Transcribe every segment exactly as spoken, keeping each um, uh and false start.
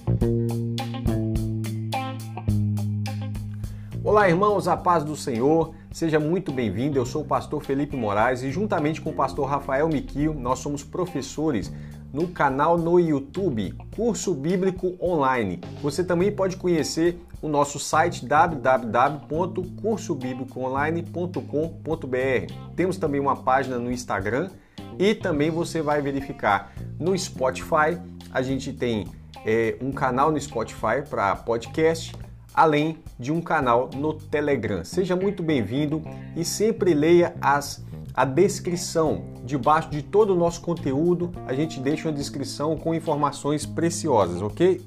Olá, irmãos, a paz do Senhor, seja muito bem-vindo. Eu sou o pastor Felipe Moraes e juntamente com o pastor Rafael Miquio, nós somos professores no canal no YouTube, Curso Bíblico Online. Você também pode conhecer o nosso site w w w ponto curso bíblico online ponto com ponto b r. Temos também uma página no Instagram e também você vai verificar no Spotify. A gente tem é, um canal no Spotify para podcast, além de um canal no Telegram. Seja muito bem-vindo e sempre leia as, a descrição. Debaixo de todo o nosso conteúdo, a gente deixa uma descrição com informações preciosas, ok?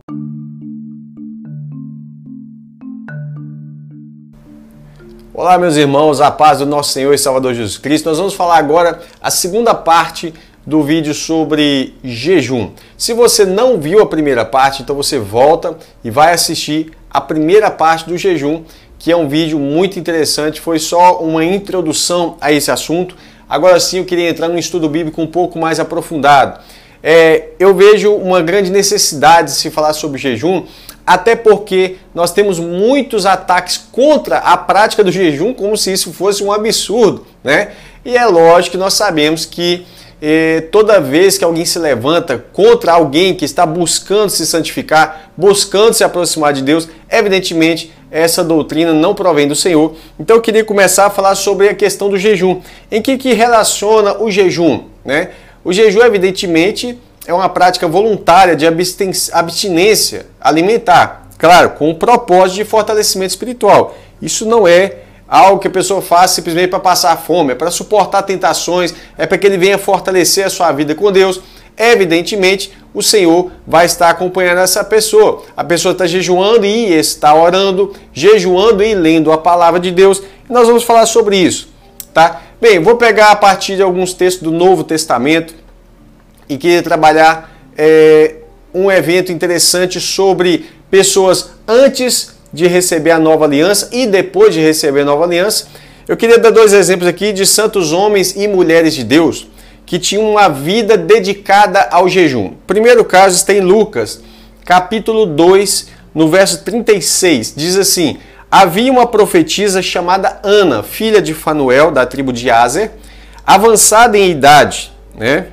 Olá, meus irmãos, a paz do nosso Senhor e Salvador Jesus Cristo. Nós vamos falar agora a segunda parte do vídeo sobre jejum. Se você não viu a primeira parte, então você volta e vai assistir a primeira parte do jejum, que é um vídeo muito interessante, foi só uma introdução a esse assunto. Agora sim eu queria entrar num estudo bíblico um pouco mais aprofundado. É, eu vejo uma grande necessidade de se falar sobre jejum, até porque nós temos muitos ataques contra a prática do jejum, como se isso fosse um absurdo, né? E é lógico que nós sabemos que eh, toda vez que alguém se levanta contra alguém que está buscando se santificar, buscando se aproximar de Deus, evidentemente essa doutrina não provém do Senhor. Então eu queria começar a falar sobre a questão do jejum. Em que que relaciona o jejum, né? O jejum, evidentemente, é uma prática voluntária de abstinência alimentar, claro, com o propósito de fortalecimento espiritual. Isso não é algo que a pessoa faz simplesmente para passar fome, é para suportar tentações, é para que ele venha fortalecer a sua vida com Deus. Evidentemente, o Senhor vai estar acompanhando essa pessoa. A pessoa está jejuando e está orando, jejuando e lendo a palavra de Deus. E nós vamos falar sobre isso, tá? Bem, vou pegar a partir de alguns textos do Novo Testamento e queria trabalhar é, um evento interessante sobre pessoas antes de receber a nova aliança e depois de receber a nova aliança. Eu queria dar dois exemplos aqui de santos homens e mulheres de Deus que tinham uma vida dedicada ao jejum. O primeiro caso está em Lucas, capítulo dois, no verso trinta e seis. Diz assim: havia uma profetisa chamada Ana, filha de Fanuel, da tribo de Aser, avançada em idade, né?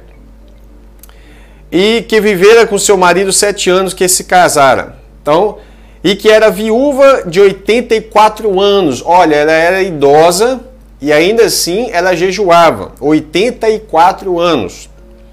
E que vivera com seu marido sete anos, que se casara. Então, e que era viúva de oitenta e quatro anos. Olha, ela era idosa e ainda assim ela jejuava. oitenta e quatro anos.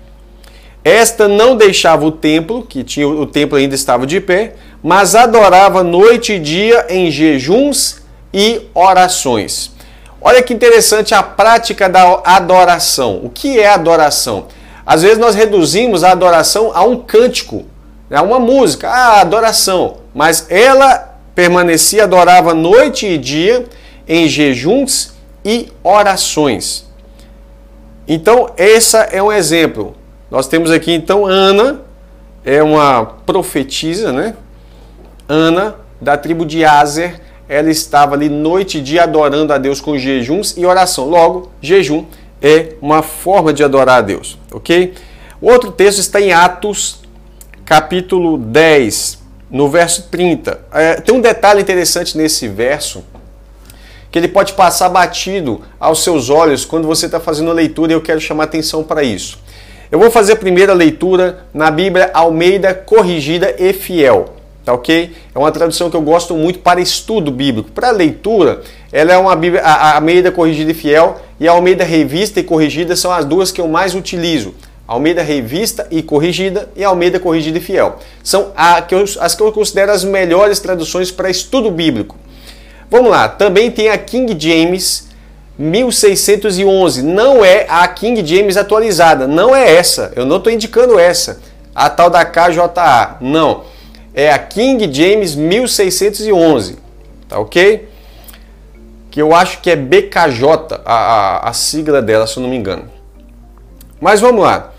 Esta não deixava o templo, que tinha, o templo ainda estava de pé, mas adorava noite e dia em jejuns e orações. Olha que interessante a prática da adoração. O que é adoração? Às vezes nós reduzimos a adoração a um cântico, a uma música, a adoração. Mas ela permanecia, adorava noite e dia em jejuns e orações. Então, esse é um exemplo. Nós temos aqui, então, Ana, é uma profetisa, né? Ana, da tribo de Aser, ela estava ali noite e dia adorando a Deus com jejuns e oração. Logo, jejum é uma forma de adorar a Deus, ok? O outro texto está em Atos, capítulo dez, no verso trinta. É, tem um detalhe interessante nesse verso, que ele pode passar batido aos seus olhos quando você está fazendo a leitura, e eu quero chamar atenção para isso. Eu vou fazer a primeira leitura na Bíblia Almeida Corrigida e Fiel. Tá, ok? É uma tradução que eu gosto muito para estudo bíblico. Para leitura, ela é uma Bíblia, a Almeida Corrigida e Fiel, e a Almeida Revista e Corrigida são as duas que eu mais utilizo. Almeida Revista e Corrigida e Almeida Corrigida e Fiel. São a que eu, as que eu considero as melhores traduções para estudo bíblico. Vamos lá, também tem a King James mil seiscentos e onze. Não é a King James atualizada, não é essa. Eu não estou indicando essa. A tal da K J A. Não. É a King James mil seiscentos e onze, tá ok? Que eu acho que é B K J, a, a, a sigla dela, se eu não me engano. Mas vamos lá.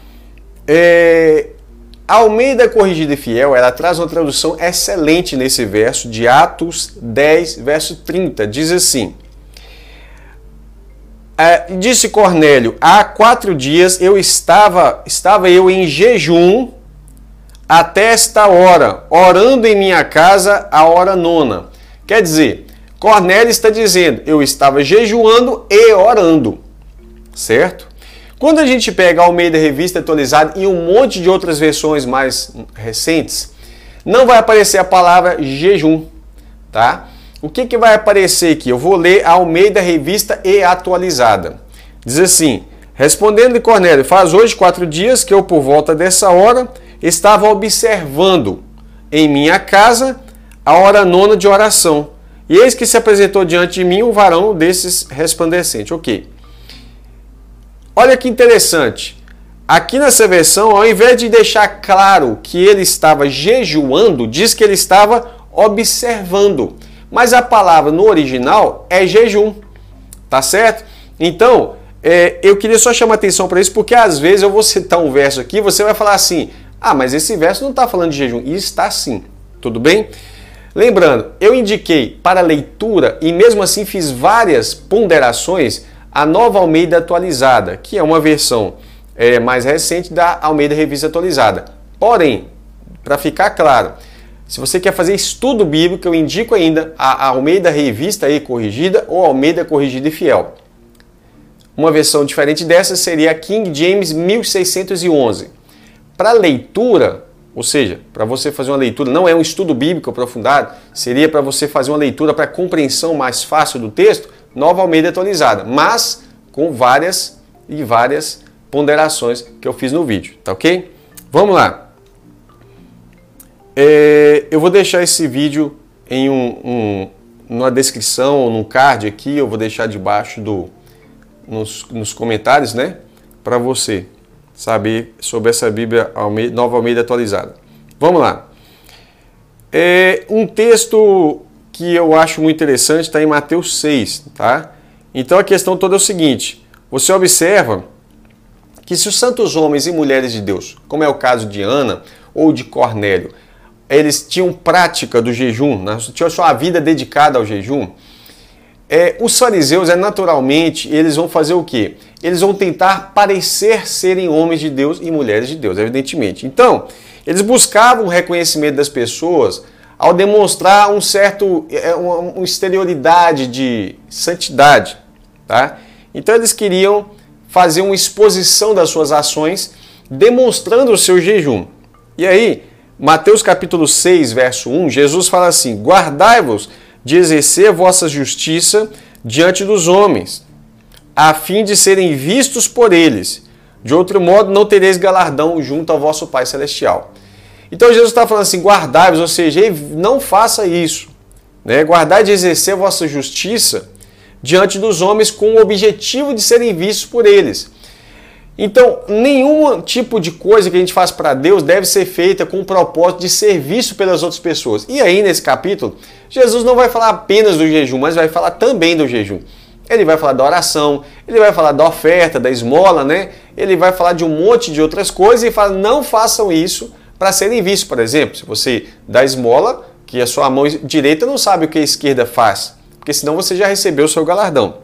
É, a Almeida Corrigida e Fiel, ela traz uma tradução excelente nesse verso de Atos dez, verso trinta. Diz assim: é, disse Cornélio, há quatro dias eu estava, estava eu em jejum, até esta hora, orando em minha casa a hora nona. Quer dizer, Cornélio está dizendo, eu estava jejuando e orando, certo? Quando a gente pega a Almeida Revista Atualizada e um monte de outras versões mais recentes, não vai aparecer a palavra jejum, tá? O que, que vai aparecer aqui? Eu vou ler a Almeida Revista e Atualizada. Diz assim, respondendo Cornélio, faz hoje quatro dias que eu, por volta dessa hora, estava observando em minha casa a hora nona de oração. E eis que se apresentou diante de mim um varão desses resplandecente. Ok. Olha que interessante. Aqui nessa versão, ao invés de deixar claro que ele estava jejuando, diz que ele estava observando. Mas a palavra no original é jejum. Tá certo? Então, é, eu queria só chamar atenção para isso, porque às vezes eu vou citar um verso aqui, você vai falar assim, ah, mas esse verso não está falando de jejum. E está sim. Tudo bem? Lembrando, eu indiquei para leitura e mesmo assim fiz várias ponderações a Nova Almeida Atualizada, que é uma versão é, mais recente da Almeida Revista Atualizada. Porém, para ficar claro, se você quer fazer estudo bíblico, eu indico ainda a Almeida Revista e Corrigida ou Almeida Corrigida e Fiel. Uma versão diferente dessa seria a King James mil seiscentos e onze. Para leitura, ou seja, para você fazer uma leitura, não é um estudo bíblico aprofundado, seria para você fazer uma leitura para compreensão mais fácil do texto, Nova Almeida Atualizada, mas com várias e várias ponderações que eu fiz no vídeo, tá ok? Vamos lá. É, eu vou deixar esse vídeo em um, um, numa descrição ou num card aqui, eu vou deixar debaixo do, nos, nos comentários, né? Para você saber sobre essa Bíblia Almeida, Nova Almeida Atualizada. Vamos lá. É um texto que eu acho muito interessante, está em Mateus seis, tá? Então a questão toda é o seguinte, você observa que se os santos homens e mulheres de Deus, como é o caso de Ana ou de Cornélio, eles tinham prática do jejum, né? Tinham a sua vida dedicada ao jejum, É, os fariseus, é naturalmente, eles vão fazer o quê? Eles vão tentar parecer serem homens de Deus e mulheres de Deus, evidentemente. Então, eles buscavam o reconhecimento das pessoas ao demonstrar um certo, uma, uma exterioridade de santidade, tá? Então, eles queriam fazer uma exposição das suas ações, demonstrando o seu jejum. E aí, Mateus capítulo seis, verso um, Jesus fala assim, guardai-vos de exercer vossa justiça diante dos homens, a fim de serem vistos por eles. De outro modo, não tereis galardão junto ao vosso Pai Celestial. Então, Jesus está falando assim, guardai-vos, ou seja, não faça isso. Né? Guardai de exercer vossa justiça diante dos homens com o objetivo de serem vistos por eles. Então, nenhum tipo de coisa que a gente faz para Deus deve ser feita com o propósito de ser visto pelas outras pessoas. E aí, nesse capítulo, Jesus não vai falar apenas do jejum, mas vai falar também do jejum. Ele vai falar da oração, ele vai falar da oferta, da esmola, né? Ele vai falar de um monte de outras coisas e fala, não façam isso para serem vistos. Por exemplo, se você dá esmola, que a sua mão direita não sabe o que a esquerda faz, porque senão você já recebeu o seu galardão.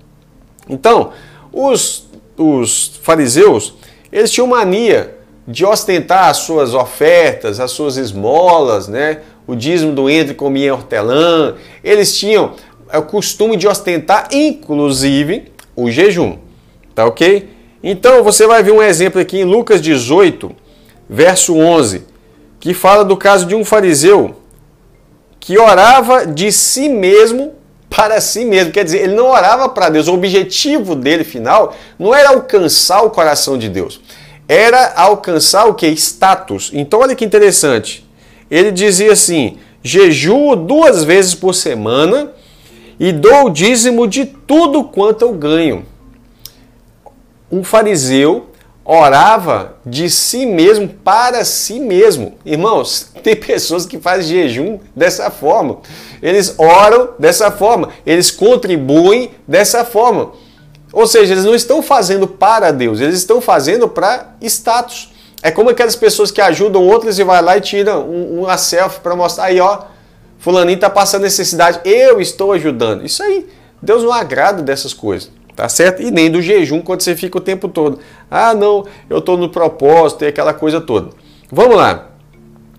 Então, os... Os fariseus, eles tinham mania de ostentar as suas ofertas, as suas esmolas, né? O dízimo do entre comia em hortelã. Eles tinham o costume de ostentar, inclusive, o jejum. Tá ok? Então, você vai ver um exemplo aqui em Lucas dezoito, verso onze, que fala do caso de um fariseu que orava de si mesmo para si mesmo, quer dizer, ele não orava para Deus, o objetivo dele final não era alcançar o coração de Deus, era alcançar o que? Status. Então olha que interessante, ele dizia assim, jejuo duas vezes por semana e dou o dízimo de tudo quanto eu ganho. Um fariseu orava de si mesmo para si mesmo. Irmãos, tem pessoas que fazem jejum dessa forma. Eles oram dessa forma. Eles contribuem dessa forma. Ou seja, eles não estão fazendo para Deus, eles estão fazendo para status. É como aquelas pessoas que ajudam outras e vai lá e tira um, uma selfie para mostrar, aí ó, fulaninho está passando necessidade, eu estou ajudando. Isso aí, Deus não agrada dessas coisas. Tá certo? E nem do jejum quando você fica o tempo todo. Ah, não, eu estou no propósito e aquela coisa toda. Vamos lá.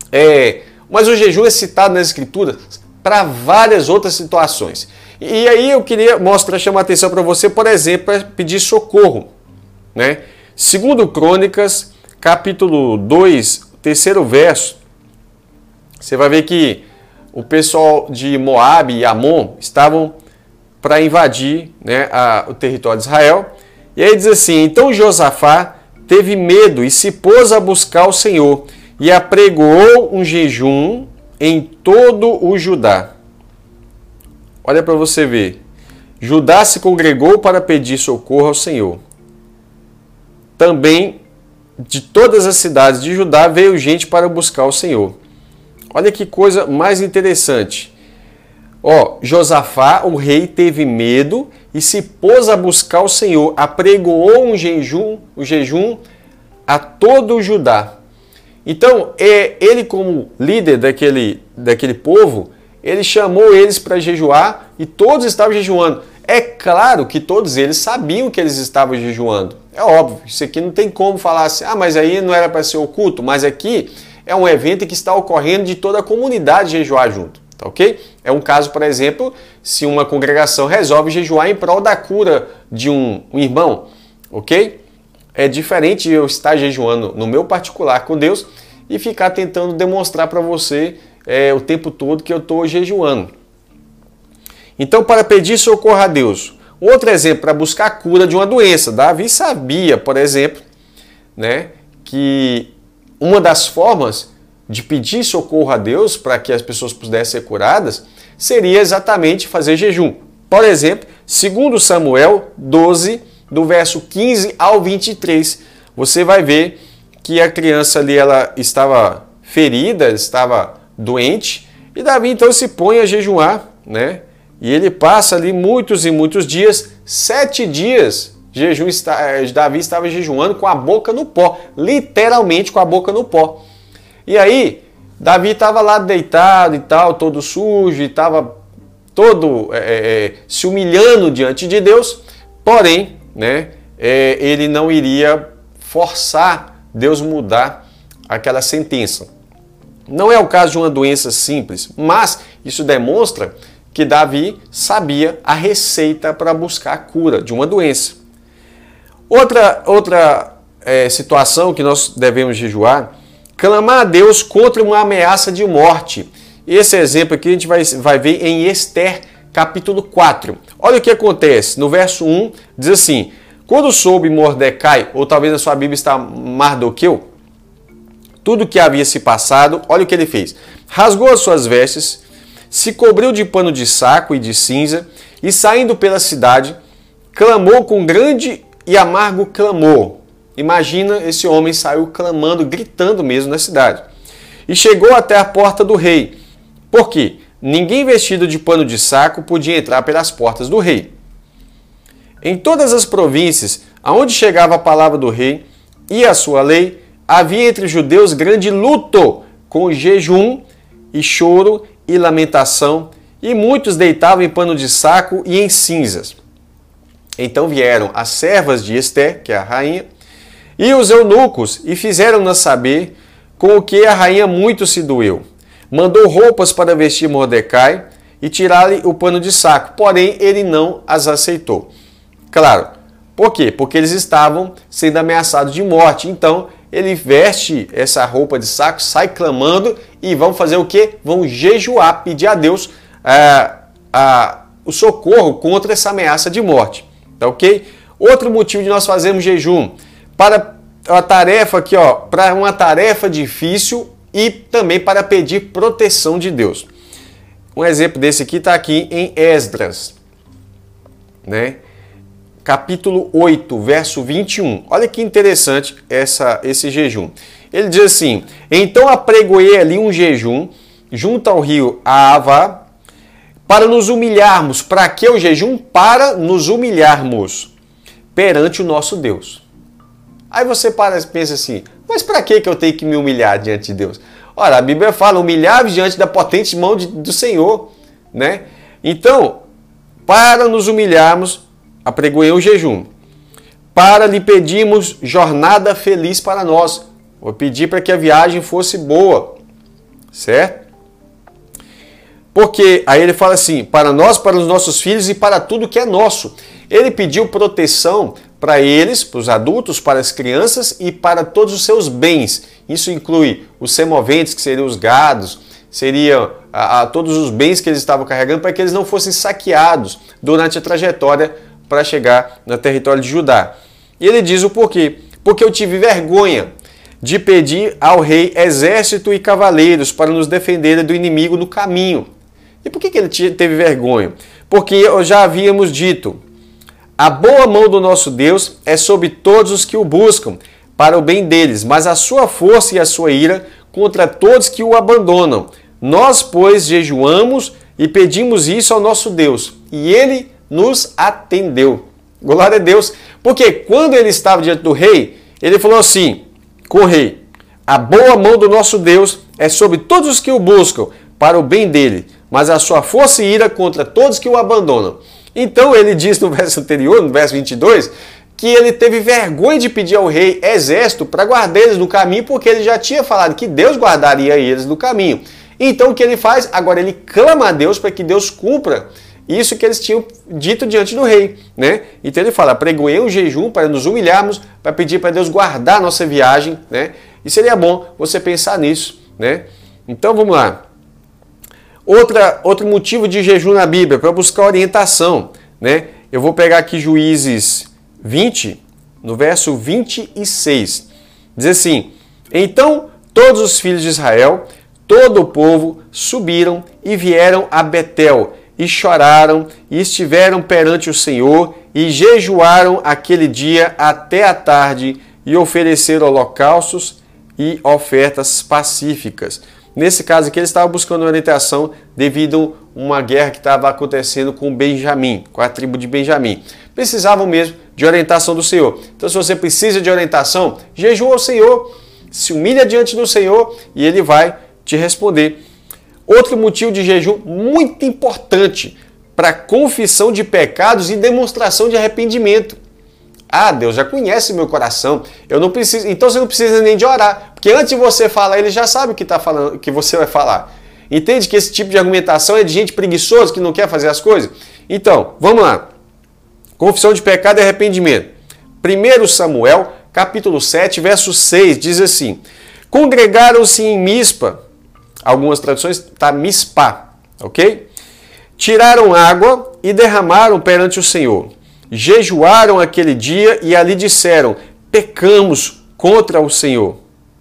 É, mas o jejum é citado nas Escrituras para várias outras situações. E aí eu queria mostrar, chamar a atenção para você, por exemplo, para pedir socorro, né? Segundo Crônicas, capítulo dois, terceiro verso, você vai ver que o pessoal de Moabe e Amon estavam para invadir, né, a, o território de Israel. E aí diz assim: então Josafá teve medo e se pôs a buscar o Senhor e apregoou um jejum em todo o Judá. Olha para você ver. Judá se congregou para pedir socorro ao Senhor. Também de todas as cidades de Judá veio gente para buscar o Senhor. Olha que coisa mais interessante. Ó, Josafá, o rei, teve medo e se pôs a buscar o Senhor, apregoou um jejum, um jejum a todo o Judá. Então, é, ele como líder daquele, daquele povo, ele chamou eles para jejuar e todos estavam jejuando. É claro que todos eles sabiam que eles estavam jejuando. É óbvio, isso aqui não tem como falar assim, ah, mas aí não era para ser oculto, mas aqui é um evento que está ocorrendo de toda a comunidade jejuar junto, tá ok? É um caso, por exemplo, se uma congregação resolve jejuar em prol da cura de um, um irmão, ok? É diferente de eu estar jejuando no meu particular com Deus e ficar tentando demonstrar para você é, o tempo todo que eu estou jejuando. Então, para pedir socorro a Deus. Outro exemplo, para buscar a cura de uma doença. Davi sabia, por exemplo, né, que uma das formas de pedir socorro a Deus para que as pessoas pudessem ser curadas seria exatamente fazer jejum. Por exemplo, segundo Samuel doze, do verso quinze ao vinte e três, você vai ver que a criança ali ela estava ferida, estava doente, e Davi então se põe a jejuar, né? E ele passa ali muitos e muitos dias, sete dias, jejum, Davi estava jejuando com a boca no pó, literalmente com a boca no pó. E aí, Davi estava lá deitado e tal, todo sujo, e estava todo é, é, se humilhando diante de Deus, porém, né, é, ele não iria forçar Deus mudar aquela sentença. Não é o caso de uma doença simples, mas isso demonstra que Davi sabia a receita para buscar a cura de uma doença. Outra, outra é, situação que nós devemos jejuar, clamar a Deus contra uma ameaça de morte. Esse exemplo aqui a gente vai, vai ver em Ester, capítulo quatro. Olha o que acontece. No verso um, diz assim: quando soube Mordecai, ou talvez na sua Bíblia está Mardoqueu, tudo o que havia se passado, olha o que ele fez. Rasgou as suas vestes, se cobriu de pano de saco e de cinza, e saindo pela cidade, clamou com grande e amargo clamor. Imagina, esse homem saiu clamando, gritando mesmo na cidade. E chegou até a porta do rei. Por quê? Ninguém vestido de pano de saco podia entrar pelas portas do rei. Em todas as províncias, aonde chegava a palavra do rei e a sua lei, havia entre os judeus grande luto, com jejum e choro e lamentação, e muitos deitavam em pano de saco e em cinzas. Então vieram as servas de Ester, que é a rainha, e os eunucos, e fizeram-nas saber com o que a rainha muito se doeu. Mandou roupas para vestir Mordecai e tirar-lhe o pano de saco, porém ele não as aceitou. Claro, por quê? Porque eles estavam sendo ameaçados de morte, então ele veste essa roupa de saco, sai clamando e vão fazer o quê? Vão jejuar, pedir a Deus é, a, o socorro contra essa ameaça de morte. Tá ok? Outro motivo de nós fazermos jejum, para a tarefa aqui, ó, para uma tarefa difícil e também para pedir proteção de Deus. Um exemplo desse aqui está aqui em Esdras, né? Capítulo oito, verso vinte e um. Olha que interessante essa, esse jejum. Ele diz assim: então apregoei ali um jejum junto ao rio Ava para nos humilharmos. Para que o jejum? Para nos humilharmos perante o nosso Deus. Aí você para e pensa assim, mas para que eu tenho que me humilhar diante de Deus? Ora, a Bíblia fala, humilhar diante da potente mão de, do Senhor, né? Então, para nos humilharmos, apregoei um jejum. Para lhe pedirmos jornada feliz para nós. Vou pedir para que a viagem fosse boa. certo? Porque aí ele fala assim, para nós, para os nossos filhos e para tudo que é nosso. Ele pediu proteção para eles, para os adultos, para as crianças e para todos os seus bens. Isso inclui os semoventes, que seriam os gados, seriam a, a, todos os bens que eles estavam carregando, para que eles não fossem saqueados durante a trajetória para chegar no território de Judá. E ele diz o porquê. Porque eu tive vergonha de pedir ao rei exército e cavaleiros para nos defenderem do inimigo no caminho. E por que, que ele teve vergonha? Porque já havíamos dito, a boa mão do nosso Deus é sobre todos os que o buscam, para o bem deles, mas a sua força e a sua ira contra todos que o abandonam. Nós, pois, jejuamos e pedimos isso ao nosso Deus, e ele nos atendeu. Glória a Deus, porque quando ele estava diante do rei, ele falou assim, com o rei, a boa mão do nosso Deus é sobre todos os que o buscam, para o bem dele, mas a sua força e ira contra todos que o abandonam. Então ele diz no verso anterior, no verso vinte e dois, que ele teve vergonha de pedir ao rei exército para guardar eles no caminho, porque ele já tinha falado que Deus guardaria eles no caminho. Então o que ele faz? Agora ele clama a Deus para que Deus cumpra isso que eles tinham dito diante do rei, né? Então ele fala, pregoei um jejum para nos humilharmos, para pedir para Deus guardar a nossa viagem, né? E seria bom você pensar nisso, né? Então vamos lá. Outra, outro motivo de jejum na Bíblia, para buscar orientação, né? Eu vou pegar aqui Juízes vinte, no verso vinte e seis. Diz assim, então todos os filhos de Israel, todo o povo, subiram e vieram a Betel, e choraram, e estiveram perante o Senhor, e jejuaram aquele dia até a tarde, e ofereceram holocaustos e ofertas pacíficas. Nesse caso aqui, eles estavam buscando orientação devido a uma guerra que estava acontecendo com Benjamim, com a tribo de Benjamim. Precisavam mesmo de orientação do Senhor. Então, se você precisa de orientação, jejua ao Senhor, se humilha diante do Senhor e Ele vai te responder. Outro motivo de jejum muito importante para confissão de pecados e demonstração de arrependimento. Ah, Deus já conhece meu coração, eu não preciso, então você não precisa nem de orar, porque antes de você falar, ele já sabe o que, tá falando, que você vai falar. Entende que esse tipo de argumentação é de gente preguiçosa que não quer fazer as coisas? Então, vamos lá. Confissão de pecado e arrependimento. primeiro Samuel, capítulo sete, verso seis, diz assim, congregaram-se em Mispa, algumas traduções está Mispá, ok? Tiraram água e derramaram perante o Senhor. Jejuaram aquele dia e ali disseram, pecamos contra o Senhor.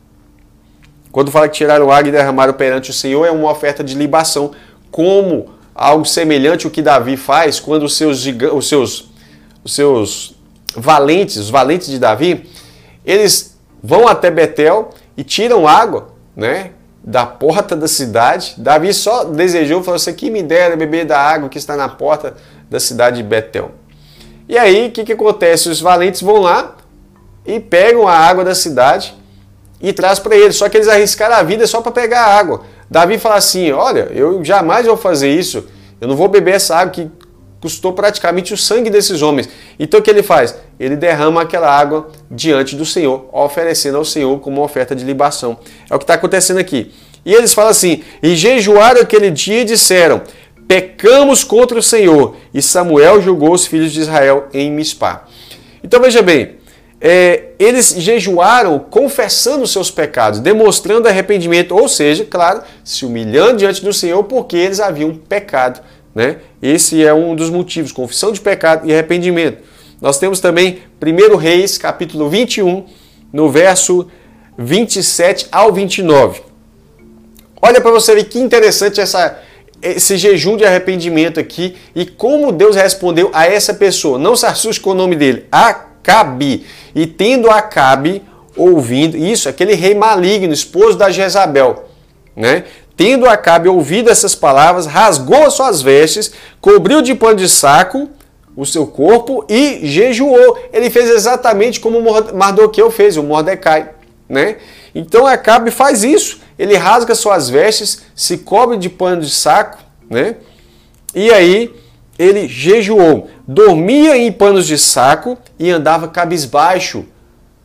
Quando fala que tiraram água e derramaram perante o Senhor, é uma oferta de libação, como algo semelhante ao que Davi faz quando os seus, os seus, os seus valentes, os valentes de Davi, eles vão até Betel e tiram água, né, da porta da cidade. Davi só desejou, falou assim, que me dera beber da água que está na porta da cidade de Betel. E aí, o que, que acontece? Os valentes vão lá e pegam a água da cidade e traz para eles. Só que eles arriscaram a vida só para pegar a água. Davi fala assim, olha, eu jamais vou fazer isso. Eu não vou beber essa água que custou praticamente o sangue desses homens. Então o que ele faz? Ele derrama aquela água diante do Senhor, oferecendo ao Senhor como uma oferta de libação. É o que está acontecendo aqui. E eles falam assim, e jejuaram aquele dia e disseram, pecamos contra o Senhor. E Samuel julgou os filhos de Israel em Mispá. Então veja bem, é, eles jejuaram confessando os seus pecados, demonstrando arrependimento, ou seja, claro, se humilhando diante do Senhor porque eles haviam pecado, né? Esse é um dos motivos, confissão de pecado e arrependimento. Nós temos também primeiro Reis, capítulo vinte e um, no verso vinte e sete ao vinte e nove. Olha para você ver que interessante essa... esse jejum de arrependimento aqui e como Deus respondeu a essa pessoa. Não se assuste com o nome dele, Acabe. E tendo Acabe ouvindo, isso, aquele rei maligno, esposo da Jezabel, né? Tendo Acabe ouvido essas palavras, rasgou as suas vestes, cobriu de pano de saco o seu corpo e jejuou. Ele fez exatamente como Mardoqueu fez, o Mordecai, né? Então Acabe faz isso. Ele rasga suas vestes, se cobre de pano de saco, né? E aí ele jejuou, dormia em panos de saco e andava cabisbaixo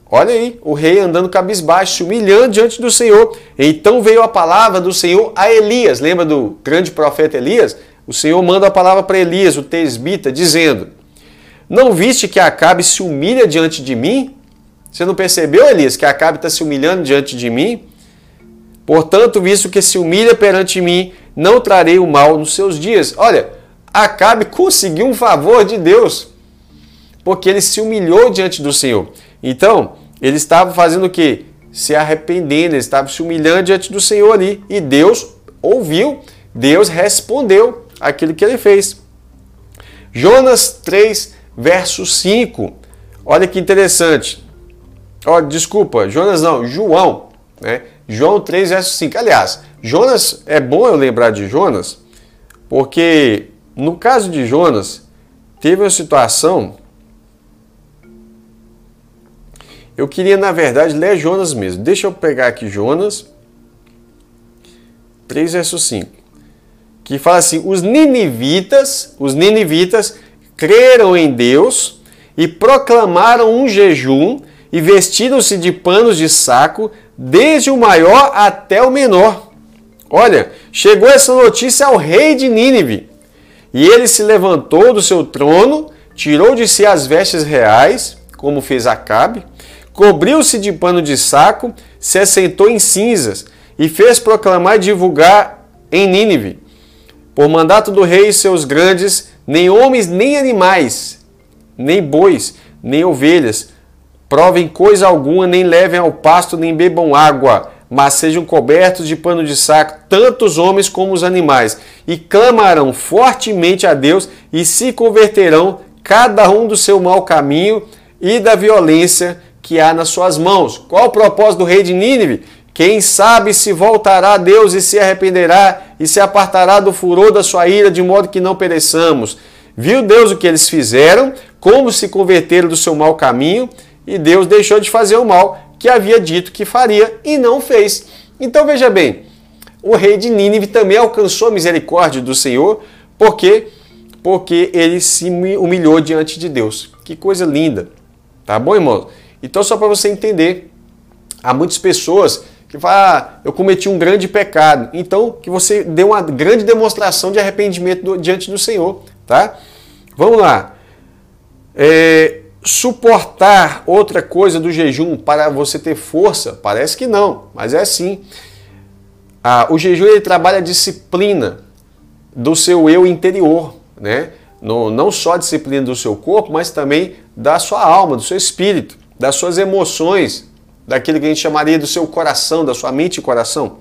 Olha aí, o rei andando cabisbaixo, se humilhando diante do Senhor. Então veio a palavra do Senhor a Elias. Lembra do grande profeta Elias? O Senhor manda a palavra para Elias, o tesbita, dizendo: não viste que Acabe se humilha diante de mim? Você não percebeu, Elias, que Acabe está se humilhando diante de mim? Portanto, visto que se humilha perante mim, não trarei o mal nos seus dias. Olha, Acabe conseguiu um favor de Deus, porque ele se humilhou diante do Senhor. Então, ele estava fazendo o quê? Se arrependendo, ele estava se humilhando diante do Senhor ali. E Deus ouviu, Deus respondeu aquilo que ele fez. Jonas três, verso cinco. Olha que interessante. Oh, desculpa, Jonas não, João. Né? João três, verso cinco. Aliás, Jonas, é bom eu lembrar de Jonas, porque no caso de Jonas, teve uma situação... Eu queria, na verdade, ler Jonas mesmo. Deixa eu pegar aqui Jonas três, verso cinco. Que fala assim: os ninivitas, os ninivitas creram em Deus e proclamaram um jejum e vestiram-se de panos de saco, desde o maior até o menor. Olha, chegou essa notícia ao rei de Nínive. E ele se levantou do seu trono, tirou de si as vestes reais, como fez Acabe, cobriu-se de pano de saco, se assentou em cinzas e fez proclamar e divulgar em Nínive, por mandato do rei e seus grandes, nem homens nem animais, nem bois, nem ovelhas, provem coisa alguma, nem levem ao pasto, nem bebam água, mas sejam cobertos de pano de saco, tanto os homens como os animais, e clamarão fortemente a Deus e se converterão, cada um do seu mau caminho e da violência que há nas suas mãos. Qual o propósito do rei de Nínive? Quem sabe se voltará a Deus e se arrependerá e se apartará do furor da sua ira, de modo que não pereçamos. Viu Deus o que eles fizeram, como se converteram do seu mau caminho, e Deus deixou de fazer o mal que havia dito que faria e não fez. Então veja bem, o rei de Nínive também alcançou a misericórdia do Senhor, porque porque ele se humilhou diante de Deus. Que coisa linda. Tá bom, irmão? Então, só para você entender, há muitas pessoas que falam: ah, eu cometi um grande pecado. Então, que você dê uma grande demonstração de arrependimento do, diante do Senhor, tá? Vamos lá. É, suportar outra coisa do jejum para você ter força? Parece que não, mas é assim. Ah, o jejum, ele trabalha a disciplina do seu eu interior, né? No, não só a disciplina do seu corpo, mas também da sua alma, do seu espírito, das suas emoções, daquilo que a gente chamaria do seu coração, da sua mente e coração.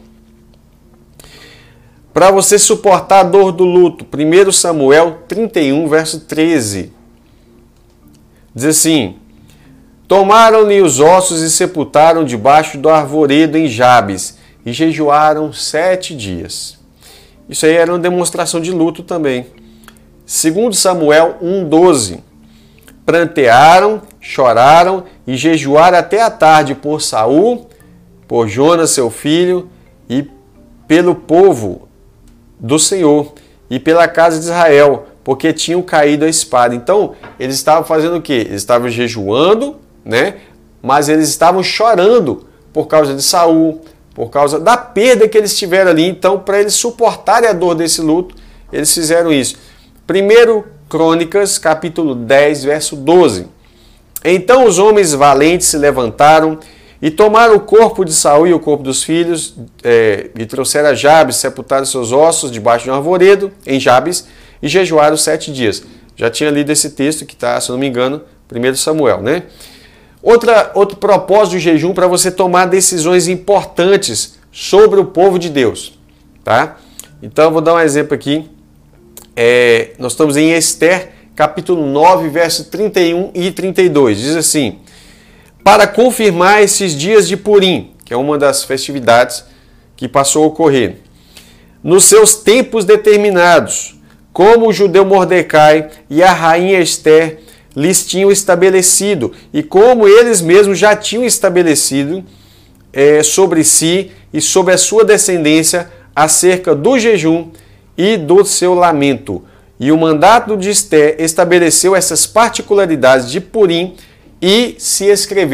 Para você suportar a dor do luto, primeiro Samuel trinta e um, verso treze. Diz assim: tomaram-lhe os ossos e sepultaram debaixo do arvoredo em Jabes, e jejuaram sete dias. Isso aí era uma demonstração de luto também. Segundo Samuel um, doze. Prantearam, choraram e jejuaram até a tarde por Saul, por Jonas seu filho, e pelo povo do Senhor, e pela casa de Israel, porque tinham caído a espada. Então, eles estavam fazendo o quê? Eles estavam jejuando, né? Mas eles estavam chorando por causa de Saul, por causa da perda que eles tiveram ali. Então, para eles suportarem a dor desse luto, eles fizeram isso. Primeiro Crônicas, capítulo dez, verso doze. Então os homens valentes se levantaram e tomaram o corpo de Saul e o corpo dos filhos, é, e trouxeram a Jabes, sepultaram seus ossos debaixo de um arvoredo, em Jabes, e jejuaram sete dias. Já tinha lido esse texto que está, se não me engano, primeiro Samuel, né? Outra, outro propósito do jejum para você tomar decisões importantes sobre o povo de Deus, tá? Então eu vou dar um exemplo aqui. É, nós estamos em Ester, capítulo nove, verso trinta e um e trinta e dois. Diz assim: para confirmar esses dias de Purim, que é uma das festividades que passou a ocorrer, nos seus tempos determinados, como o judeu Mordecai e a rainha Ester lhes tinham estabelecido, e como eles mesmos já tinham estabelecido é, sobre si e sobre a sua descendência acerca do jejum e do seu lamento. E o mandato de Ester estabeleceu essas particularidades de Purim e se escreveu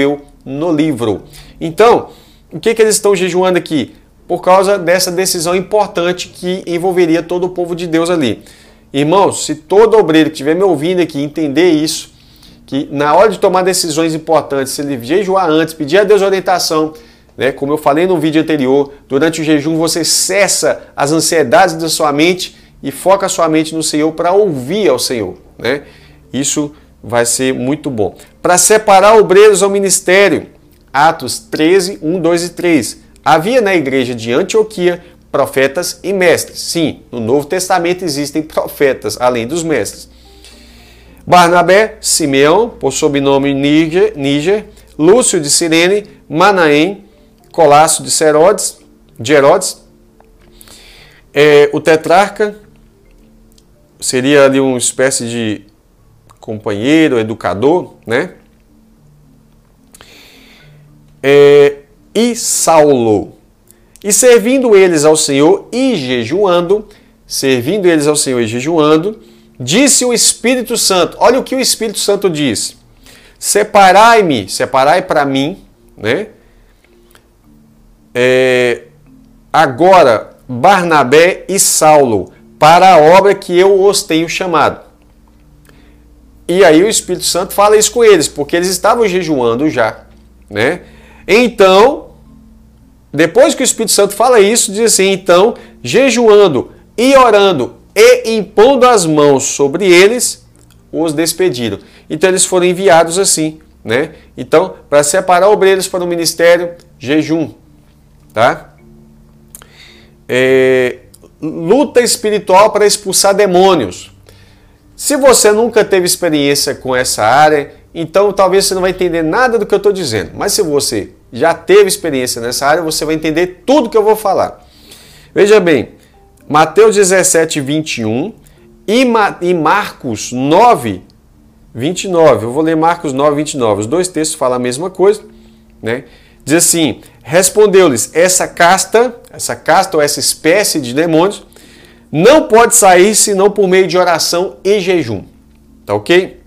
no livro. Então, o que, que eles estão jejuando aqui? Por causa dessa decisão importante que envolveria todo o povo de Deus ali. Irmãos, se todo obreiro que estiver me ouvindo aqui entender isso, que na hora de tomar decisões importantes, se ele jejuar antes, pedir a Deus orientação, né, como eu falei no vídeo anterior, durante o jejum você cessa as ansiedades da sua mente e foca a sua mente no Senhor para ouvir ao Senhor. Né? Isso vai ser muito bom. Para separar obreiros ao ministério, Atos treze, um, dois e três. Havia na igreja de Antioquia profetas e mestres. Sim, no Novo Testamento existem profetas, além dos mestres. Barnabé, Simeão, por sobrenome Níger, Níger, Lúcio de Cirene, Manaém, Colasso de Herodes, de Herodes, é, o tetrarca, seria ali uma espécie de companheiro, educador, né? É, e Saulo. E servindo eles ao Senhor e jejuando, servindo eles ao Senhor e jejuando, disse o Espírito Santo, olha o que o Espírito Santo diz, separai-me, separai para mim, né? É, agora Barnabé e Saulo, para a obra que eu os tenho chamado. E aí o Espírito Santo fala isso com eles, porque eles estavam jejuando já, né? Então, depois que o Espírito Santo fala isso, diz assim, então, jejuando e orando e impondo as mãos sobre eles, os despediram. Então eles foram enviados assim, né? Então, para separar obreiros para o ministério, jejum, tá? É, luta espiritual para expulsar demônios. Se você nunca teve experiência com essa área, então talvez você não vai entender nada do que eu estou dizendo. Mas se você já teve experiência nessa área, você vai entender tudo que eu vou falar. Veja bem, Mateus dezessete, vinte e um e, Ma e Marcos nove, vinte e nove. Eu vou ler Marcos nove, vinte e nove. Os dois textos falam a mesma coisa, né? Diz assim, respondeu-lhes, essa casta, essa casta ou essa espécie de demônios, não pode sair senão por meio de oração e jejum. Tá ok?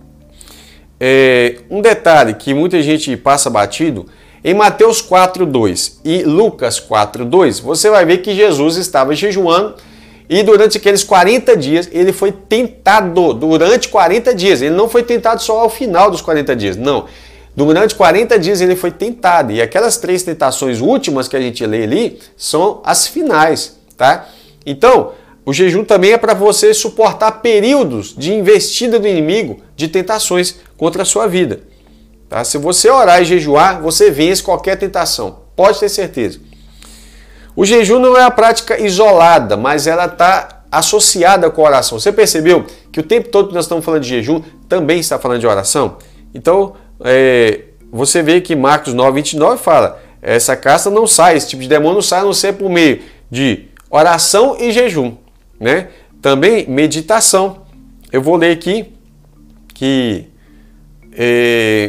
É, um detalhe que muita gente passa batido, em Mateus quatro, dois e Lucas quatro, dois, você vai ver que Jesus estava jejuando e durante aqueles quarenta dias ele foi tentado, durante quarenta dias, ele não foi tentado só ao final dos quarenta dias, não. Durante quarenta dias ele foi tentado e aquelas três tentações últimas que a gente lê ali são as finais, tá? Então, o jejum também é para você suportar períodos de investida do inimigo de tentações contra a sua vida. Tá? Se você orar e jejuar, você vence qualquer tentação. Pode ter certeza. O jejum não é a prática isolada, mas ela está associada com a oração. Você percebeu que o tempo todo que nós estamos falando de jejum, também está falando de oração? Então, é, você vê que Marcos nove, vinte e nove fala, essa casta não sai, esse tipo de demônio não sai a não ser por meio de oração e jejum. Né? Também meditação. Eu vou ler aqui que é,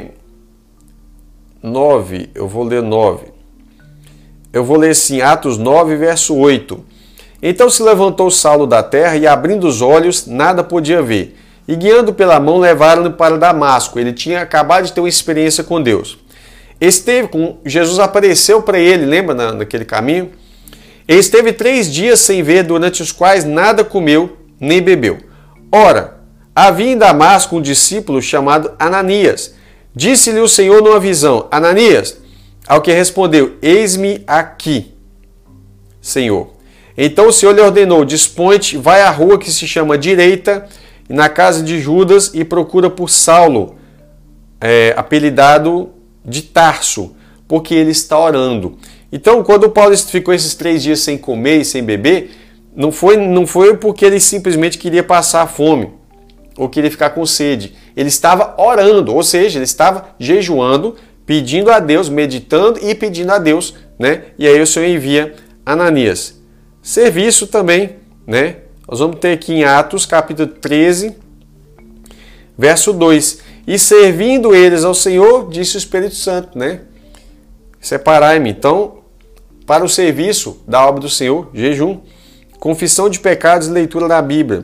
nove, eu vou ler nove. Eu vou ler assim, Atos nove, verso oito. Então se levantou Saulo da terra e abrindo os olhos, nada podia ver. E guiando pela mão, levaram-no para Damasco. Ele tinha acabado de ter uma experiência com Deus. Esteve com Jesus, apareceu para ele, lembra na, naquele caminho? Ele esteve três dias sem ver, durante os quais nada comeu nem bebeu. Ora, havia em Damasco um discípulo chamado Ananias. Disse-lhe o Senhor numa visão, Ananias, ao que respondeu, eis-me aqui, Senhor. Então o Senhor lhe ordenou, dispõe-te, vai à rua que se chama Direita, na casa de Judas, e procura por Saulo, é, apelidado de Tarso, porque ele está orando. Então, quando Paulo ficou esses três dias sem comer e sem beber, não foi, não foi porque ele simplesmente queria passar fome ou queria ficar com sede. Ele estava orando, ou seja, ele estava jejuando, pedindo a Deus, meditando e pedindo a Deus, né? E aí o Senhor envia Ananias. Serviço também, né? Nós vamos ter aqui em Atos, capítulo treze, verso dois. E servindo eles ao Senhor, disse o Espírito Santo, né? Separai-me. Então, para o serviço da obra do Senhor, jejum, confissão de pecados e leitura da Bíblia.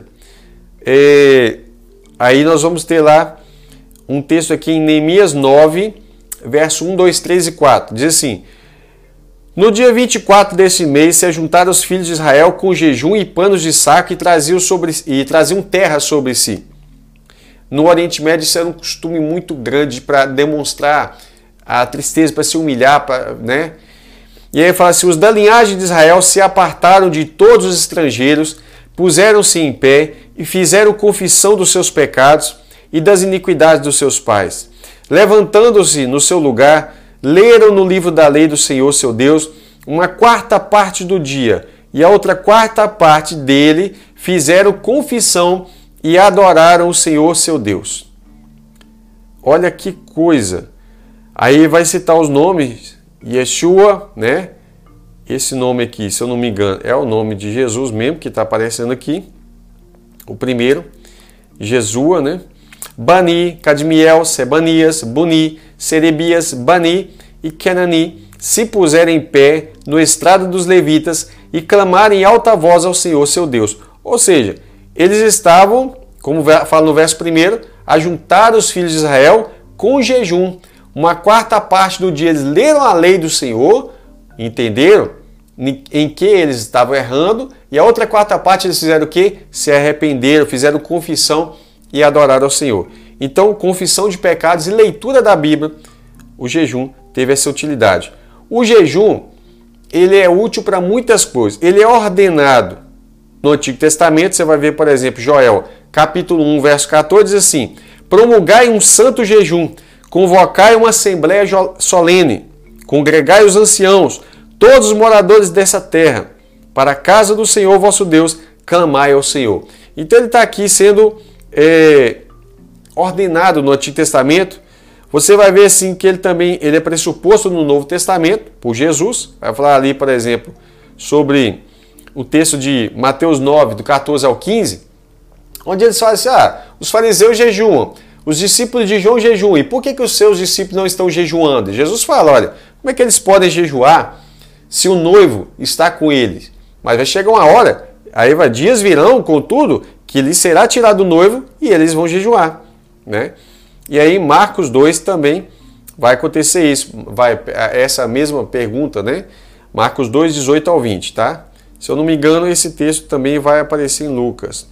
É, aí nós vamos ter lá um texto aqui em Neemias nove, verso um, dois, três e quatro. Diz assim: no dia vinte e quatro desse mês se ajuntaram os filhos de Israel com jejum e panos de saco e traziam, sobre, e traziam terra sobre si. No Oriente Médio isso era um costume muito grande para demonstrar a tristeza, para se humilhar, pra, né? E aí fala assim: os da linhagem de Israel se apartaram de todos os estrangeiros, puseram-se em pé e fizeram confissão dos seus pecados e das iniquidades dos seus pais. Levantando-se no seu lugar, leram no livro da lei do Senhor seu Deus uma quarta parte do dia, e a outra quarta parte dele fizeram confissão e adoraram o Senhor seu Deus. Olha que coisa! Aí vai citar os nomes, Yeshua, né? Esse nome aqui, se eu não me engano, é o nome de Jesus mesmo, que está aparecendo aqui. O primeiro, Jesua, né? Bani, Cadmiel, Sebanias, Buni, Serebias, Bani e Kenani se puserem em pé no estrado dos levitas e clamarem em alta voz ao Senhor seu Deus. Ou seja, eles estavam, como fala no verso primeiro, a juntar os filhos de Israel com jejum. Uma quarta parte do dia eles leram a lei do Senhor, entenderam em que eles estavam errando, e a outra quarta parte eles fizeram o quê? Se arrependeram, fizeram confissão e adoraram ao Senhor. Então, confissão de pecados e leitura da Bíblia, o jejum teve essa utilidade. O jejum, ele é útil para muitas coisas. Ele é ordenado no Antigo Testamento. Você vai ver, por exemplo, Joel, capítulo um, verso quatorze, diz assim: promulgai um santo jejum, convocai uma assembleia solene, congregai os anciãos, todos os moradores dessa terra, para a casa do Senhor vosso Deus, clamai ao Senhor. Então ele está aqui sendo é, ordenado no Antigo Testamento. Você vai ver assim que ele também ele é pressuposto no Novo Testamento por Jesus. Vai falar ali, por exemplo, sobre o texto de Mateus nove, do quatorze ao quinze, onde eles falam assim: ah, os fariseus jejuam, os discípulos de João jejuam, e por que, que os seus discípulos não estão jejuando? E Jesus fala: olha, como é que eles podem jejuar se o noivo está com eles? Mas vai chegar uma hora, aí vai, dias virão, contudo, que lhe será tirado o noivo e eles vão jejuar, né? E aí em Marcos dois também vai acontecer isso, vai essa mesma pergunta, né? Marcos dois, dezoito ao vinte, tá? Se eu não me engano, esse texto também vai aparecer em Lucas.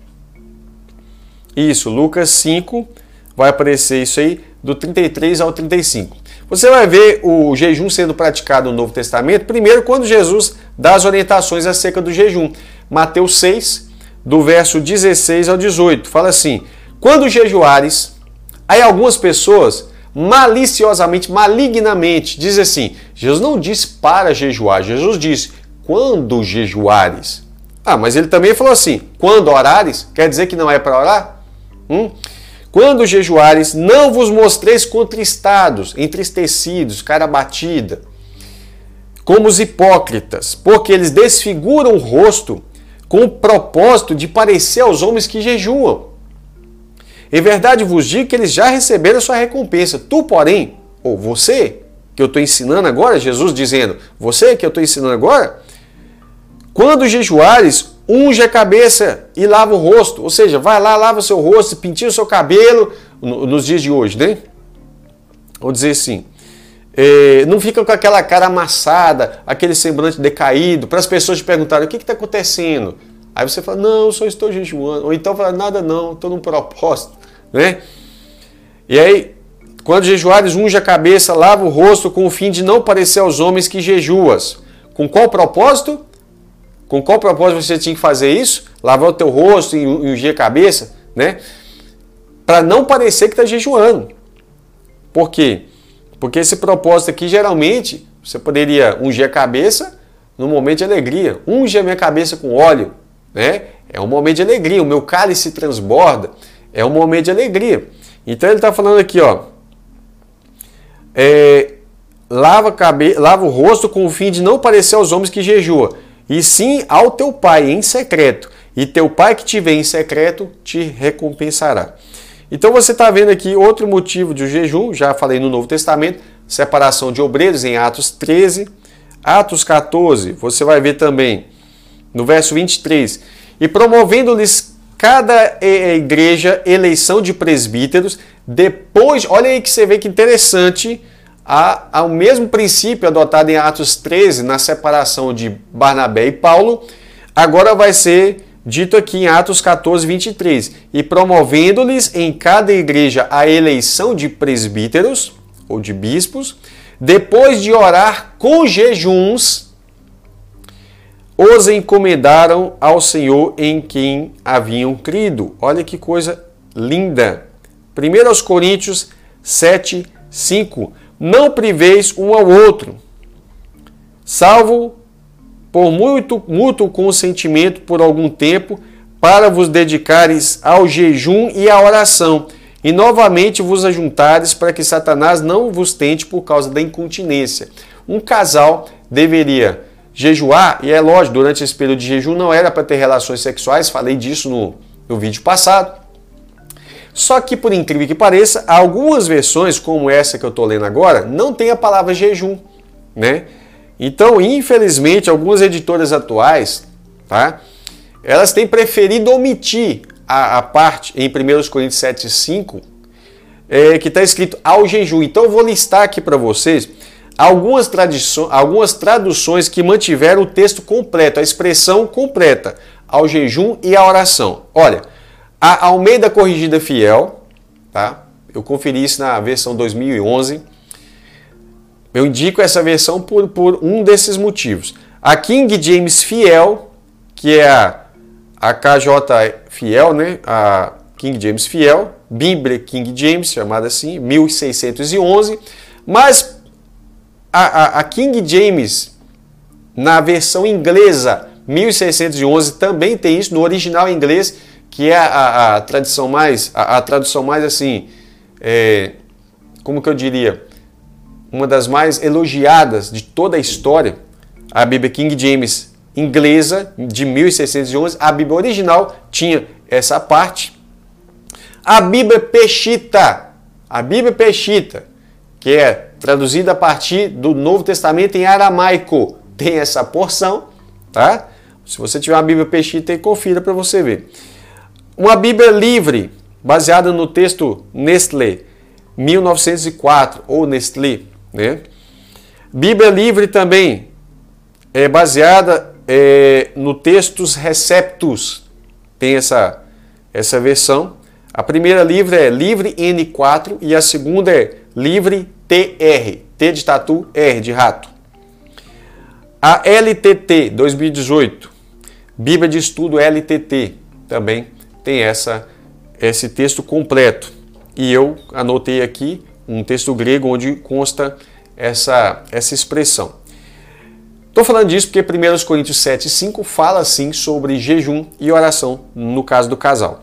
Isso, Lucas cinco, vai aparecer isso aí, do trinta e três ao trinta e cinco. Você vai ver o jejum sendo praticado no Novo Testamento, primeiro quando Jesus dá as orientações acerca do jejum. Mateus seis, do verso dezesseis ao dezoito, fala assim: quando jejuares, aí algumas pessoas maliciosamente, malignamente, dizem assim, Jesus não disse para jejuar, Jesus disse quando jejuares. Ah, mas ele também falou assim, quando orares, quer dizer que não é para orar? Hum? Quando jejuares, não vos mostreis contristados, entristecidos, cara batida, como os hipócritas, porque eles desfiguram o rosto com o propósito de parecer aos homens que jejuam. Em verdade vos digo que eles já receberam a sua recompensa. Tu, porém, ou você, que eu estou ensinando agora, Jesus dizendo, você que eu estou ensinando agora, quando jejuares, unge a cabeça e lava o rosto. Ou seja, vai lá, lava o seu rosto, pintia o seu cabelo, nos dias de hoje, né? Vou dizer assim, é, não fica com aquela cara amassada, aquele semblante decaído, para as pessoas te perguntarem o que está acontecendo. Aí você fala, não, eu só estou jejuando. Ou então fala, nada não, estou num propósito, né? E aí, quando jejuares, unge a cabeça, lava o rosto, com o fim de não parecer aos homens que jejuas. Com qual propósito? Com qual propósito você tinha que fazer isso? Lavar o teu rosto e ungir a cabeça, né? Para não parecer que está jejuando. Por quê? Porque esse propósito aqui, geralmente, você poderia ungir a cabeça no momento de alegria. Unge a minha cabeça com óleo, né? É um momento de alegria. O meu cálice transborda. É um momento de alegria. Então ele está falando aqui, ó. É, lava, cabe... lava o rosto com o fim de não parecer aos homens que jejuam, e sim ao teu pai em secreto. E teu pai que te vê em secreto te recompensará. Então você está vendo aqui outro motivo de jejum, já falei no Novo Testamento, separação de obreiros em Atos treze, Atos quatorze, você vai ver também no verso vinte e três, e promovendo-lhes cada igreja eleição de presbíteros, depois, olha aí que você vê que interessante há, há o mesmo princípio adotado em Atos treze, na separação de Barnabé e Paulo, agora vai ser dito aqui em Atos quatorze, vinte e três. E promovendo-lhes em cada igreja a eleição de presbíteros, ou de bispos, depois de orar com jejuns, os encomendaram ao Senhor em quem haviam crido. Olha que coisa linda. primeiro aos Coríntios sete, cinco. Não priveis um ao outro, salvo por muito mútuo consentimento por algum tempo, para vos dedicares ao jejum e à oração, e novamente vos ajuntares para que Satanás não vos tente por causa da incontinência. Um casal deveria jejuar, e é lógico, durante esse período de jejum não era para ter relações sexuais, falei disso no, no vídeo passado. Só que, por incrível que pareça, algumas versões, como essa que eu estou lendo agora, não tem a palavra jejum, né? Então, infelizmente, algumas editoras atuais, tá? Elas têm preferido omitir a, a parte em primeiro Coríntios sete, cinco, é, que está escrito ao jejum. Então, eu vou listar aqui para vocês algumas, algumas traduções que mantiveram o texto completo, a expressão completa, ao jejum e à oração. Olha, a Almeida Corrigida Fiel, tá? Eu conferi isso na versão dois mil e onze. Eu indico essa versão por, por um desses motivos. A King James Fiel, que é a, a K J Fiel, né? A King James Fiel, Bíblia King James, chamada assim, mil seiscentos e onze. Mas a, a, a King James, na versão inglesa, mil seiscentos e onze, também tem isso no original inglês, que é a, a, a tradição mais, a, a tradução mais assim, é, como que eu diria, uma das mais elogiadas de toda a história, a Bíblia King James inglesa, de mil seiscentos e onze, a Bíblia original tinha essa parte. A Bíblia Peshitta, a Bíblia Peshitta, que é traduzida a partir do Novo Testamento em aramaico, tem essa porção, tá? Se você tiver uma Bíblia Peshitta, confira para você ver. Uma Bíblia livre, baseada no texto Nestlé, mil novecentos e quatro, ou Nestlé, né? Bíblia livre também é baseada é, no Textus Receptus, tem essa, essa versão. A primeira livre é Livre N quatro e a segunda é Livre T R, T de tatu, R de rato. A L T T dois mil e dezoito, Bíblia de Estudo L T T, também tem essa, esse texto completo. E eu anotei aqui um texto grego onde consta essa, essa expressão. Estou falando disso porque primeiro Coríntios sete, cinco fala assim sobre jejum e oração no caso do casal.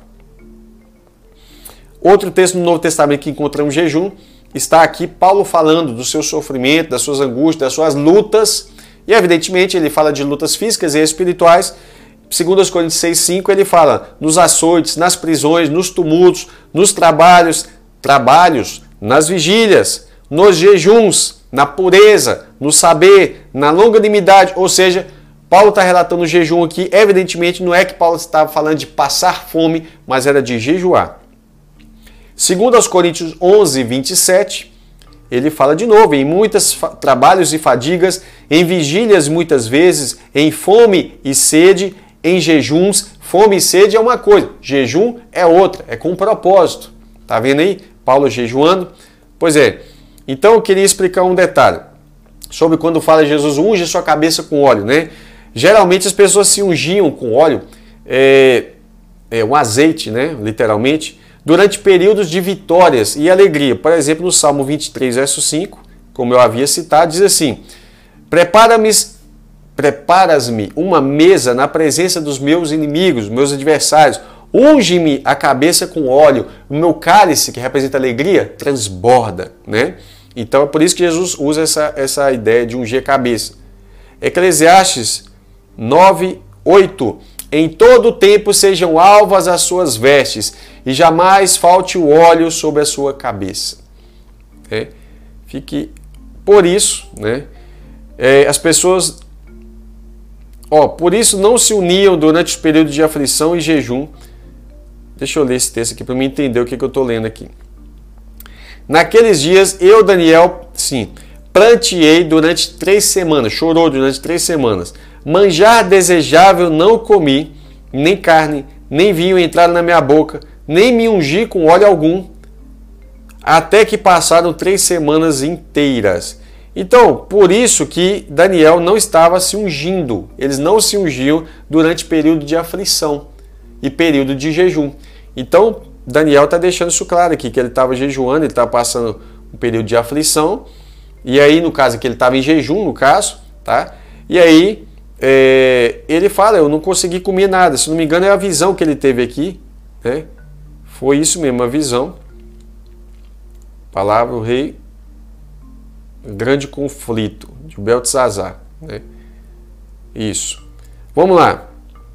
Outro texto no Novo Testamento que encontramos jejum, está aqui Paulo falando do seu sofrimento, das suas angústias, das suas lutas, e evidentemente ele fala de lutas físicas e espirituais. Segundo Coríntios seis, cinco, ele fala nos açoites, nas prisões, nos tumultos, nos trabalhos, trabalhos, nas vigílias, nos jejuns, na pureza, no saber, na longanimidade. Ou seja, Paulo está relatando o jejum aqui. Evidentemente, não é que Paulo estava falando de passar fome, mas era de jejuar. Segundo aos Coríntios onze, vinte e sete, ele fala de novo, em muitos trabalhos e fadigas, em vigílias muitas vezes, em fome e sede, em jejuns. Fome e sede é uma coisa, jejum é outra, é com um propósito. Tá vendo aí? Paulo jejuando. Pois é, então eu queria explicar um detalhe sobre quando fala Jesus unge sua cabeça com óleo, né? Geralmente as pessoas se ungiam com óleo, é, é um azeite, né? Literalmente, durante períodos de vitórias e alegria. Por exemplo, no Salmo vinte e três, verso cinco, como eu havia citado, diz assim: Prepara-me, preparas-me uma mesa na presença dos meus inimigos, meus adversários. Unge-me a cabeça com óleo, o meu cálice, que representa alegria, transborda, né? Então é por isso que Jesus usa essa, essa ideia de ungir a cabeça. Eclesiastes nove, oito. Em todo tempo sejam alvas as suas vestes, e jamais falte o óleo sobre a sua cabeça. É, fique por isso, né? É, as pessoas, ó, por isso não se uniam durante os períodos de aflição e jejum. Deixa eu ler esse texto aqui para eu entender o que, que eu estou lendo aqui. Naqueles dias, eu, Daniel, sim, planteei durante três semanas, chorou durante três semanas. Manjar desejável não comi, nem carne, nem vinho entraram na minha boca, nem me ungi com óleo algum, até que passaram três semanas inteiras. Então, por isso que Daniel não estava se ungindo. Eles não se ungiam durante período de aflição e período de jejum. Então, Daniel está deixando isso claro aqui, que ele estava jejuando, ele estava passando um período de aflição, e aí, no caso aqui, ele estava em jejum, no caso, tá? E aí, é, ele fala, eu não consegui comer nada. Se não me engano, é a visão que ele teve aqui, né? Foi isso mesmo, a visão. Palavra, o rei, grande conflito, de Beltesazar, né? Isso. Vamos lá.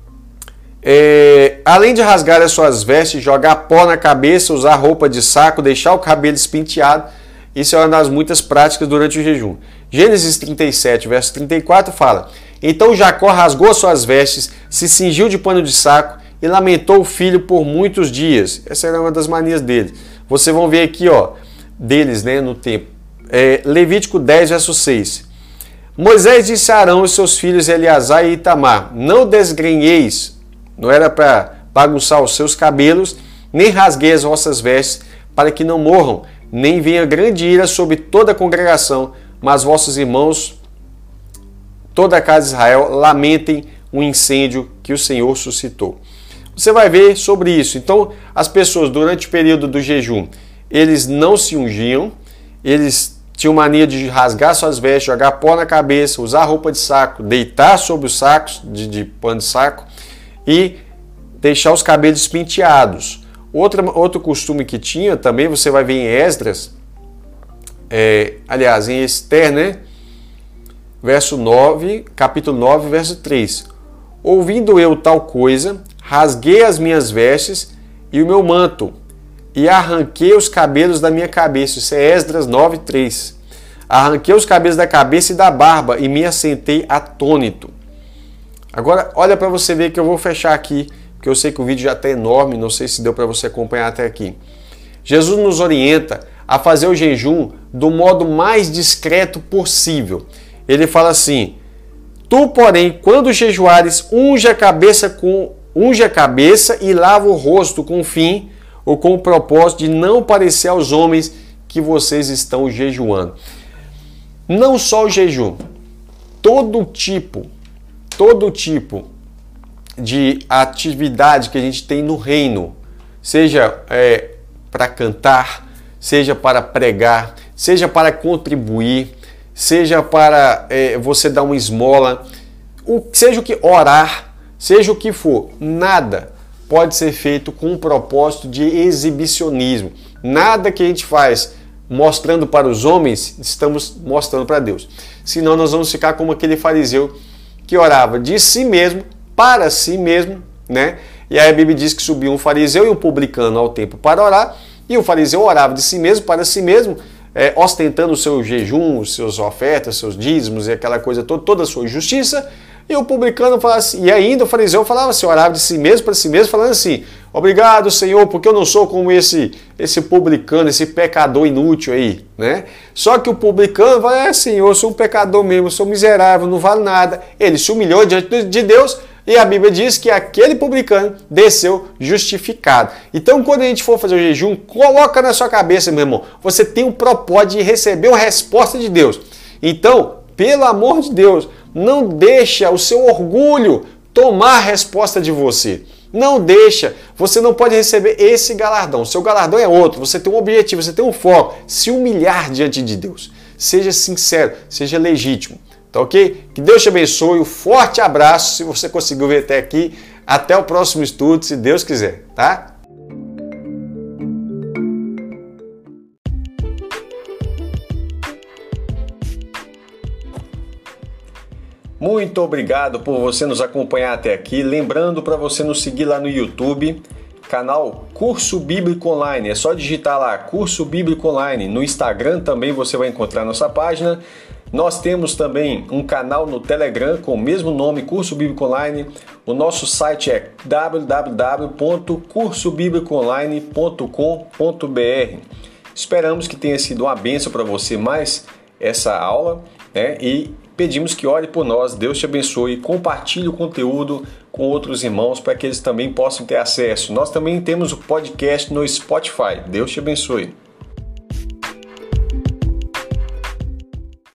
É, além de rasgar as suas vestes, jogar pó na cabeça, usar roupa de saco, deixar o cabelo despenteado, isso é uma das muitas práticas durante o jejum. Gênesis trinta e sete, verso trinta e quatro fala: então Jacó rasgou as suas vestes, se cingiu de pano de saco e lamentou o filho por muitos dias. Essa era uma das manias dele. Vocês vão ver aqui, ó, deles, né, no tempo. É, Levítico dez, verso seis. Moisés disse a Arão e seus filhos Eleazar e Itamar: não desgrenheis, não era para bagunçar os seus cabelos, nem rasguei as vossas vestes, para que não morram, nem venha grande ira sobre toda a congregação, mas vossos irmãos, toda a casa de Israel, lamentem o incêndio que o Senhor suscitou. Você vai ver sobre isso. Então, as pessoas, durante o período do jejum, eles não se ungiam, eles tinham mania de rasgar suas vestes, jogar pó na cabeça, usar roupa de saco, deitar sobre os sacos de, de pano de saco e deixar os cabelos penteados. Outra, outro costume que tinha também, você vai ver em Esdras, é, aliás, em Ester, né? Verso nove, capítulo nove, verso três. Ouvindo eu tal coisa, rasguei as minhas vestes e o meu manto, e arranquei os cabelos da minha cabeça. Isso é Esdras nove, três. Arranquei os cabelos da cabeça e da barba e me assentei atônito. Agora, olha para você ver que eu vou fechar aqui, porque eu sei que o vídeo já está enorme, não sei se deu para você acompanhar até aqui. Jesus nos orienta a fazer o jejum do modo mais discreto possível. Ele fala assim: tu, porém, quando jejuares, unge a cabeça com unge a cabeça e lava o rosto com o fim ou com o propósito de não parecer aos homens que vocês estão jejuando. Não só o jejum, todo tipo, todo tipo de atividade que a gente tem no reino, seja é, para cantar, seja para pregar, seja para contribuir, seja para é, você dar uma esmola, o, seja o que orar, seja o que for, nada pode ser feito com um propósito de exibicionismo. Nada que a gente faz mostrando para os homens, estamos mostrando para Deus. Senão nós vamos ficar como aquele fariseu que orava de si mesmo, para si mesmo, né? E aí a Bíblia diz que subiu um fariseu e um publicano ao templo para orar, e o fariseu orava de si mesmo, para si mesmo, é, ostentando o seu jejum, os seus ofertas, seus dízimos e aquela coisa toda, toda a sua justiça. E o publicano falava assim, e ainda o fariseu falava assim, orava de si mesmo para si mesmo, falando assim: obrigado, Senhor, porque eu não sou como esse, esse publicano, esse pecador inútil aí, né? Só que o publicano fala: é, Senhor, eu sou um pecador mesmo, eu sou miserável, não vale nada. Ele se humilhou diante de Deus e a Bíblia diz que aquele publicano desceu justificado. Então, quando a gente for fazer o jejum, coloca na sua cabeça, meu irmão, você tem o propósito de receber a resposta de Deus. Então, pelo amor de Deus, não deixa o seu orgulho tomar a resposta de você. Não deixa. Você não pode receber esse galardão. O seu galardão é outro. Você tem um objetivo, você tem um foco. Se humilhar diante de Deus. Seja sincero, seja legítimo. Tá ok? Que Deus te abençoe. Um forte abraço. Se você conseguiu ver até aqui. Até o próximo estudo, se Deus quiser. Tá? Muito obrigado por você nos acompanhar até aqui. Lembrando para você nos seguir lá no YouTube, canal Curso Bíblico Online. É só digitar lá, Curso Bíblico Online. No Instagram também você vai encontrar nossa página. Nós temos também um canal no Telegram com o mesmo nome, Curso Bíblico Online. O nosso site é w w w ponto curso bíblico online ponto com ponto b r. Esperamos que tenha sido uma bênção para você mais essa aula, né? E pedimos que ore por nós, Deus te abençoe, compartilhe o conteúdo com outros irmãos para que eles também possam ter acesso. Nós também temos o podcast no Spotify. Deus te abençoe.